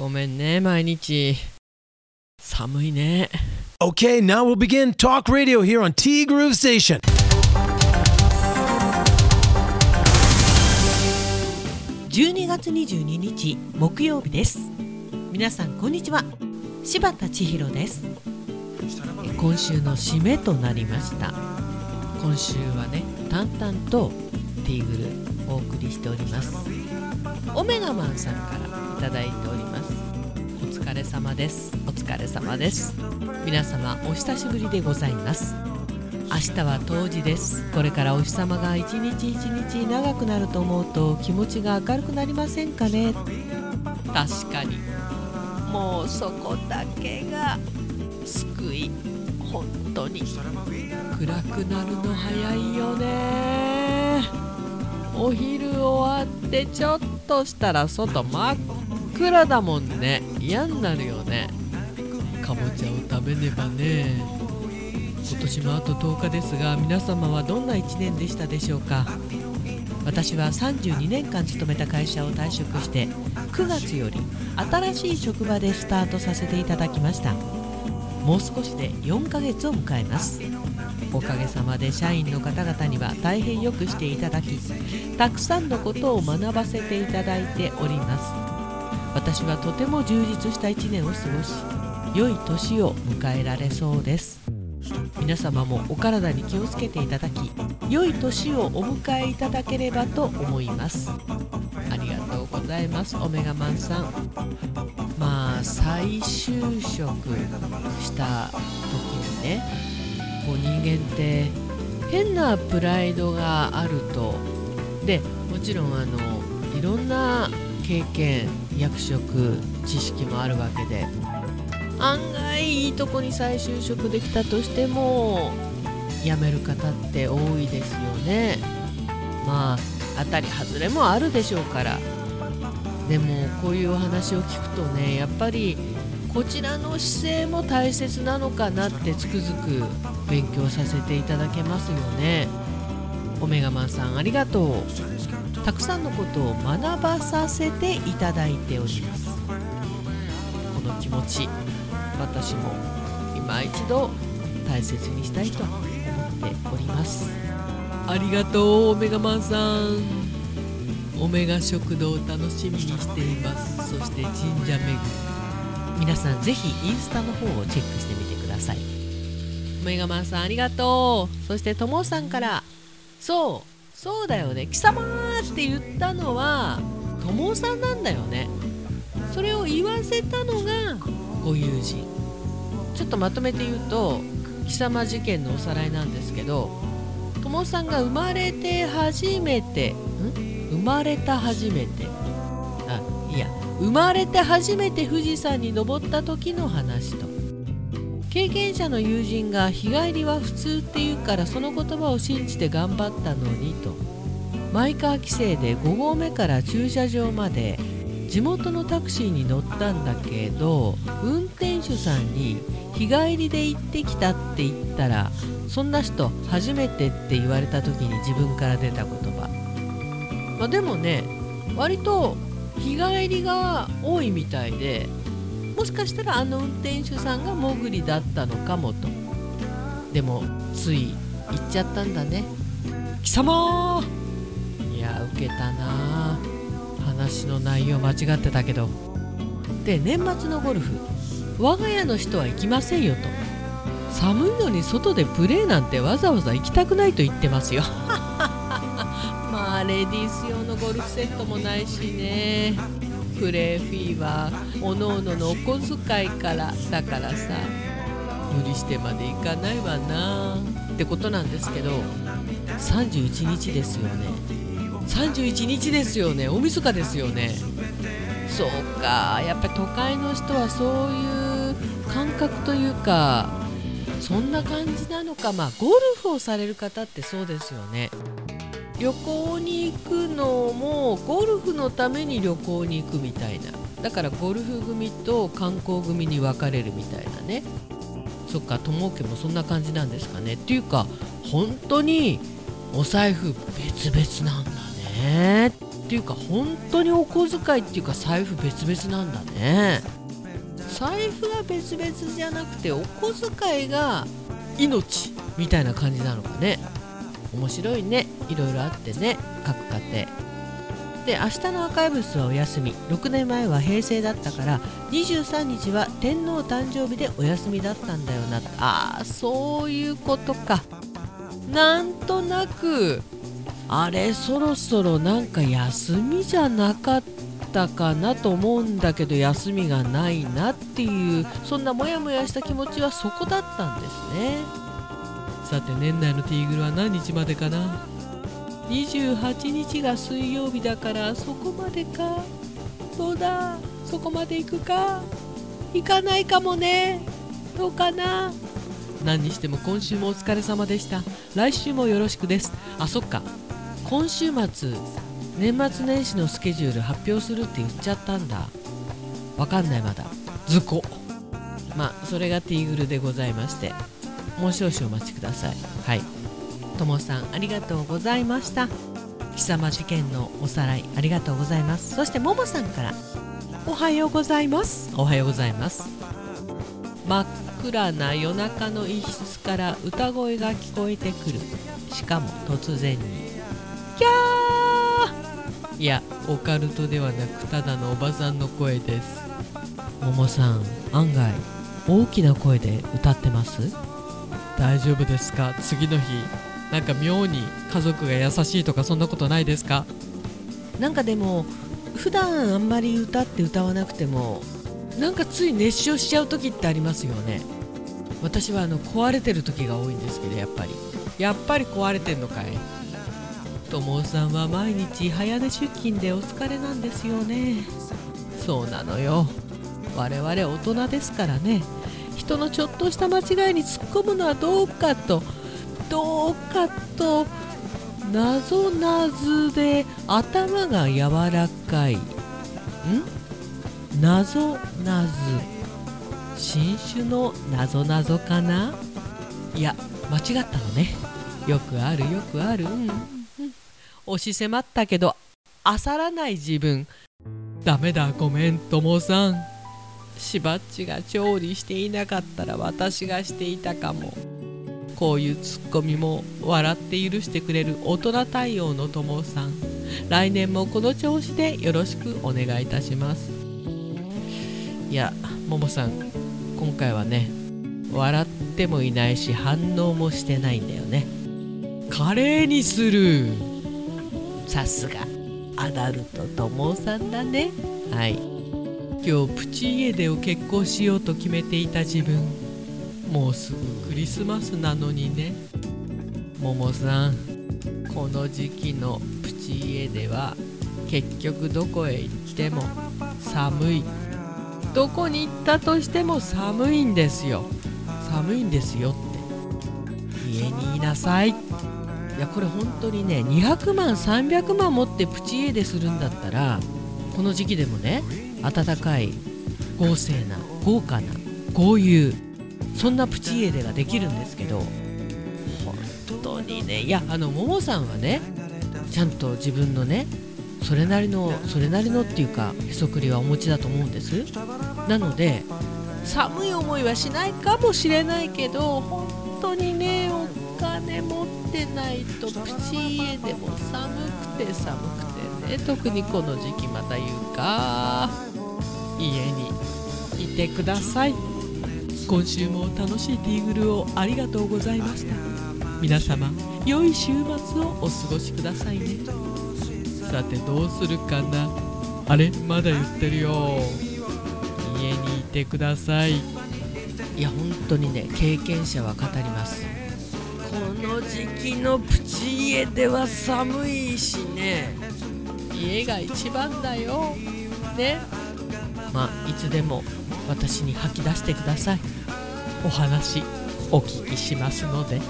ごめんね、毎日寒いね。 Okay, now we'll begin Talk Radio here on T Groove Station. 12月22日木曜日です。皆さんこんにちは。柴田千尋です。今週の締めとなりました。今週はね、淡々とティーグルお送りしております。オメガマンさんからいただいております。お疲れ様です。お疲れ様です。皆様お久しぶりでございます。明日は冬至です。これからお日様が一日一日長くなると思うと気持ちが明るくなりませんかね。確かにもうそこだけが救い。本当に暗くなるの早いよね。お昼終わってちょっとしたら外真っ暗だもんね。嫌になるよね。かぼちゃを食べねばね。今年もあと10日ですが、皆様はどんな1年でしたでしょうか。私は32年間勤めた会社を退職して9月より新しい職場でスタートさせていただきました。もう少しで4ヶ月を迎えます。おかげさまで社員の方々には大変よくしていただき、たくさんのことを学ばせていただいております。私はとても充実した1年を過ごし、良い年を迎えられそうです。皆様もお体に気をつけていただき、良い年をお迎えいただければと思います。ありがとうございます、オメガマンさん。まあ再就職した時にね、こう人間って変なプライドがあると。でもちろんいろんな経験、役職、知識もあるわけで、案外いいとこに再就職できたとしても辞める方って多いですよね。まあ当たり外れもあるでしょうから。でもこういうお話を聞くとね、やっぱりこちらの姿勢も大切なのかなってつくづく勉強させていただけますよね。オメガマンさんありがとう。たくさんのことを学ばさせていただいております。この気持ち、私も今一度大切にしたいと思っております。ありがとうオメガマンさん。オメガ食堂を楽しみにしています。そして神社巡り、皆さんぜひインスタの方をチェックしてみてください。オメガマンさんありがとう。そしてともさんから、そうだよね、貴様って言ったのはともさんなんだよね。それを言わせたのがご友人。ちょっとまとめて言うと、貴様事件のおさらいなんですけど、ともさんが生まれた初めて富士山に登った時の話と、経験者の友人が日帰りは普通って言うからその言葉を信じて頑張ったのにと、マイカー規制で5合目から駐車場まで地元のタクシーに乗ったんだけど、運転手さんに日帰りで行ってきたって言ったら、そんな人初めてって言われた時に自分から出た言葉。でもね、割と日帰りが多いみたいで、もしかしたら運転手さんがモグリだったのかもと。でもつい言っちゃったんだね。貴様。いやウケたな。話の内容間違ってたけど。で年末のゴルフ、我が家の人は行きませんよと。寒いのに外でプレーなんてわざわざ行きたくないと言ってますよ。まあレディース用のゴルフセットもないしね。プレーフィーはおのおののお小遣いからだからさ、無理してまで行かないわなってことなんですけど、31日ですよね。31日ですよね。大晦日ですよね。そうか、やっぱり都会の人はそういう感覚というか、そんな感じなのか。まあゴルフをされる方ってそうですよね。旅行に行くのもゴルフのために旅行に行くみたいな。だからゴルフ組と観光組に分かれるみたいなね。そっか、友家もそんな感じなんですかね。っていうか本当にお財布別々なんだねっっていうか本当にお小遣いっていうか財布別々なんだね。財布が別々じゃなくてお小遣いが命みたいな感じなのかね。面白いね。いろいろあってね、各家庭で。明日のアーカイブスはお休み。6年前は平成だったから23日は天皇誕生日でお休みだったんだよな。ああ、そういうことか。なんとなくあれ、そろそろなんか休みじゃなかったかなと思うんだけど、休みがないなっていう、そんなモヤモヤした気持ちはそこだったんですね。さて、年内のティーグルは何日までかな。28日が水曜日だから、そこまでか。どうだ、そこまで行くか行かないかもね。どうかな。何にしても今週もお疲れ様でした。来週もよろしくです。あ、そっか、今週末年末年始のスケジュール発表するって言っちゃったんだ。わかんない、まだ図工。まあそれがティーグルでございまして、もう少々お待ちください。はい、ともさんありがとうございました。貴様事件のおさらいありがとうございます。そしてももさんからおはようございます。おはようございます。真っ暗な夜中の一室から歌声が聞こえてくる。しかも突然にキャー。いや、オカルトではなくただのおばさんの声です。ももさん、案外大きな声で歌ってます？大丈夫ですか？次の日なんか妙に家族が優しいとかそんなことないですか？なんかでも普段あんまり歌って歌わなくてもなんかつい熱唱しちゃう時ってありますよね。私は壊れてる時が多いんですけど、やっぱり壊れてんのかい。ともさんは毎日早出出勤でお疲れなんですよね。そうなのよ。我々大人ですからね。人のちょっとした間違いに突っ込むのはどうかとなぞなぞで頭が柔らかい。なぞなぞ、新種のなぞなぞかな。いや、間違ったのね。よくある。押し迫ったけど焦らない自分。ダメだ、ごめんともさん。しばっちが調理していなかったら私がしていたかも。こういうツッコミも笑って許してくれる大人対応のともさん。来年もこの調子でよろしくお願いいたします。いや、ももさん、今回はね、笑ってもいないし反応もしてないんだよね。華麗にする。さすがアダルトともさんだね。はい、今日プチ家出を決行しようと決めていた自分。もうすぐクリスマスなのにね。ももさん、この時期のプチ家出は結局どこへ行っても寒い。どこに行ったとしても寒いんですよ。寒いんですよって家にいなさい。いや、これ本当にね、200万300万持ってプチ家出するんだったら、この時期でもね、暖かい豪勢な豪華な豪遊、そんなプチ家出ができるんですけど、本当にね、いや、ももさんはね、ちゃんと自分のね、それなりのっていうかへそくりはお持ちだと思うんです。なので寒い思いはしないかもしれないけど、本当にね、お金持ってないとプチ家でも寒くてね、特にこの時期また言うか、家にいてください。今週も楽しいティーグルをありがとうございました。皆様、良い週末をお過ごしくださいね。さて、どうするかな。あれ、まだ言ってるよ。家にいてください。いや、本当にね、経験者は語ります。この時期のプチ家では寒いしね、家が一番だよね。まあ、いつでも私に吐き出してください。お話お聞きしますので。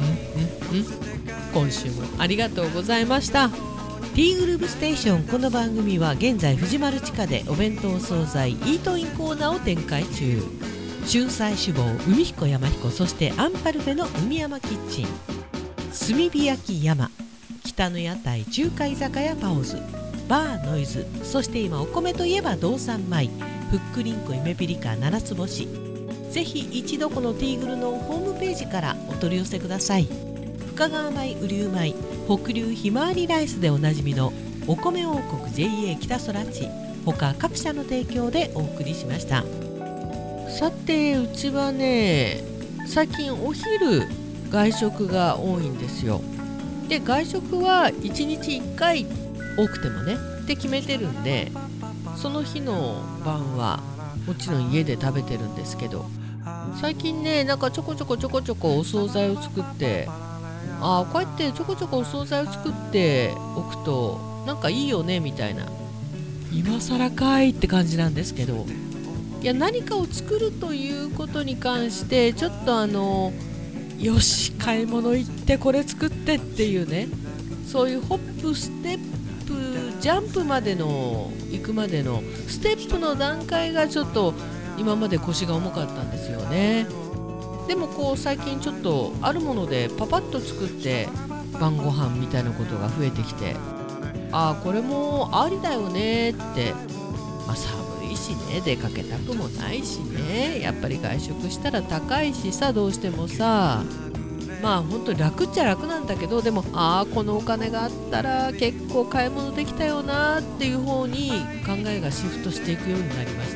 今週もありがとうございました。ティーグループステーション。この番組は現在藤丸地下でお弁当惣菜イートインコーナーを展開中。春菜志望海彦山彦、そしてアンパルフェの海山キッチン、炭火焼き山、北の屋台中華居酒屋パオズ、 バーノイズ、そして今お米といえば道産米、ふっくりんこ夢ピリカ七つ星。ぜひ一度このティーグルのホームページからお取り寄せください。深川米、雨竜米、北流ひまわりライスでおなじみのお米王国 JA 北空地、他各社の提供でお送りしました。さて、うちはね、最近お昼外食が多いんですよ。で、外食は1日1回多くてもねって決めてるんで、その日の晩はもちろん家で食べてるんですけど、最近ね、なんかちょこちょこお惣菜を作って、こうやってちょこちょこお惣菜を作っておくとなんかいいよねみたいな、今更かいって感じなんですけど、いや、何かを作るということに関してちょっとよし、買い物行ってこれ作ってっていうね、そういうホップステップジャンプまでの行くまでのステップの段階がちょっと今まで腰が重かったんですよね。でもこう最近ちょっとあるものでパパッと作って晩ご飯みたいなことが増えてきて、これもありだよねって、寒いしね、出かけたくもないしね、やっぱり外食したら高いしさ、どうしてもさ、本当に楽っちゃ楽なんだけど、でもこのお金があったら結構買い物できたよなっていう方に考えがシフトしていくようになりました。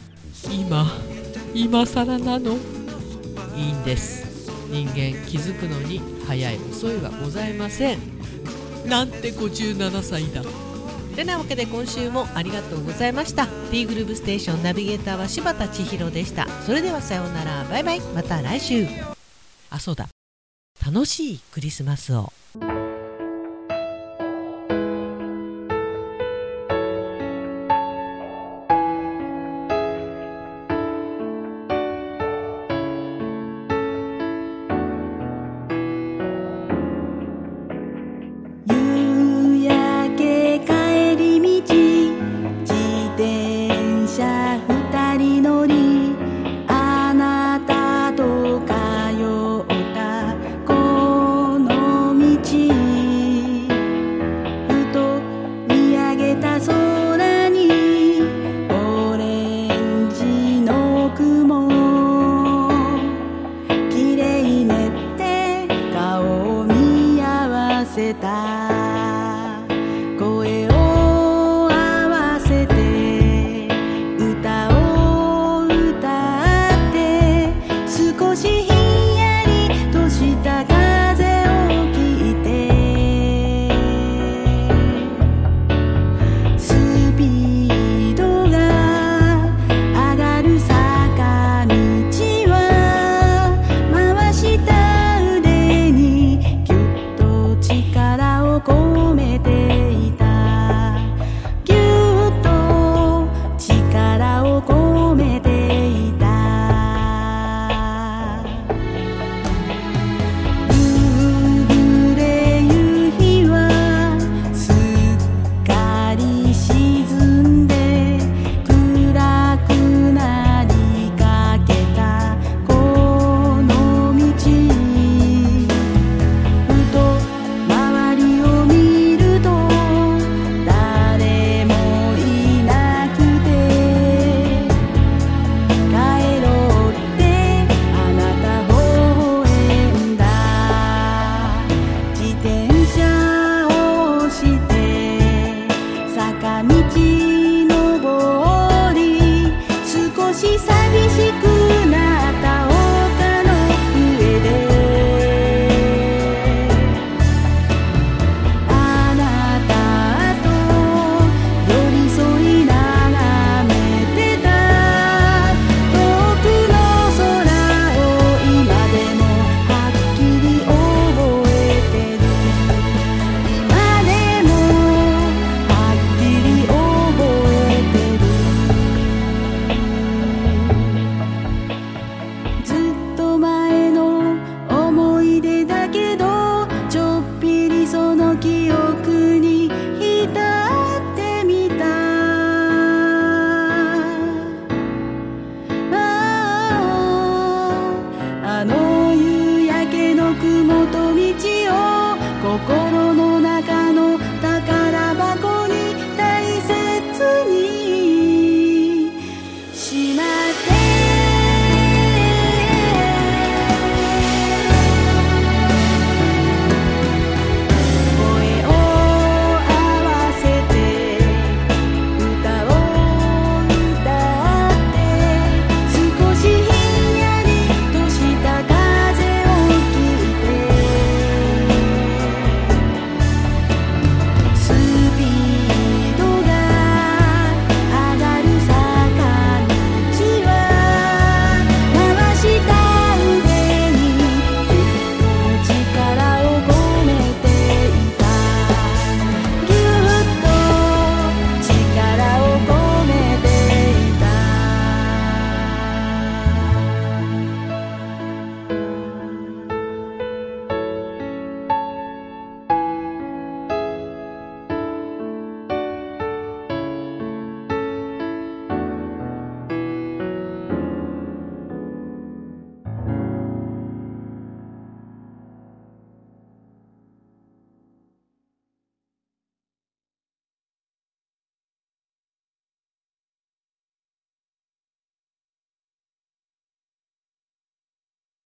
今更なの、いいんです。人間気づくのに早い遅いはございません。なんて57歳だ。てなわけで今週もありがとうございました。 T グループステーションナビゲーターは柴田千尋でした。それではさようなら、バイバイ、また来週。そうだ、楽しいクリスマスを。 声を合わせて歌を歌って少しひんやりとした風を聞いてスピードが上がる坂道は回した腕にぎゅっと力を込めていたぎゅっと力を込めていた夕暮れ夕日はすっかり沈んで暗くなりかけたこの道ふと周りを見ると誰もいなくて帰ろうってあなた微笑んだ自転車を押して坂道登り少し寂しくなった丘の上であなたと寄り添い眺めてた遠くの空を今でもはっきり覚えてる今でもはっきり覚えてるしま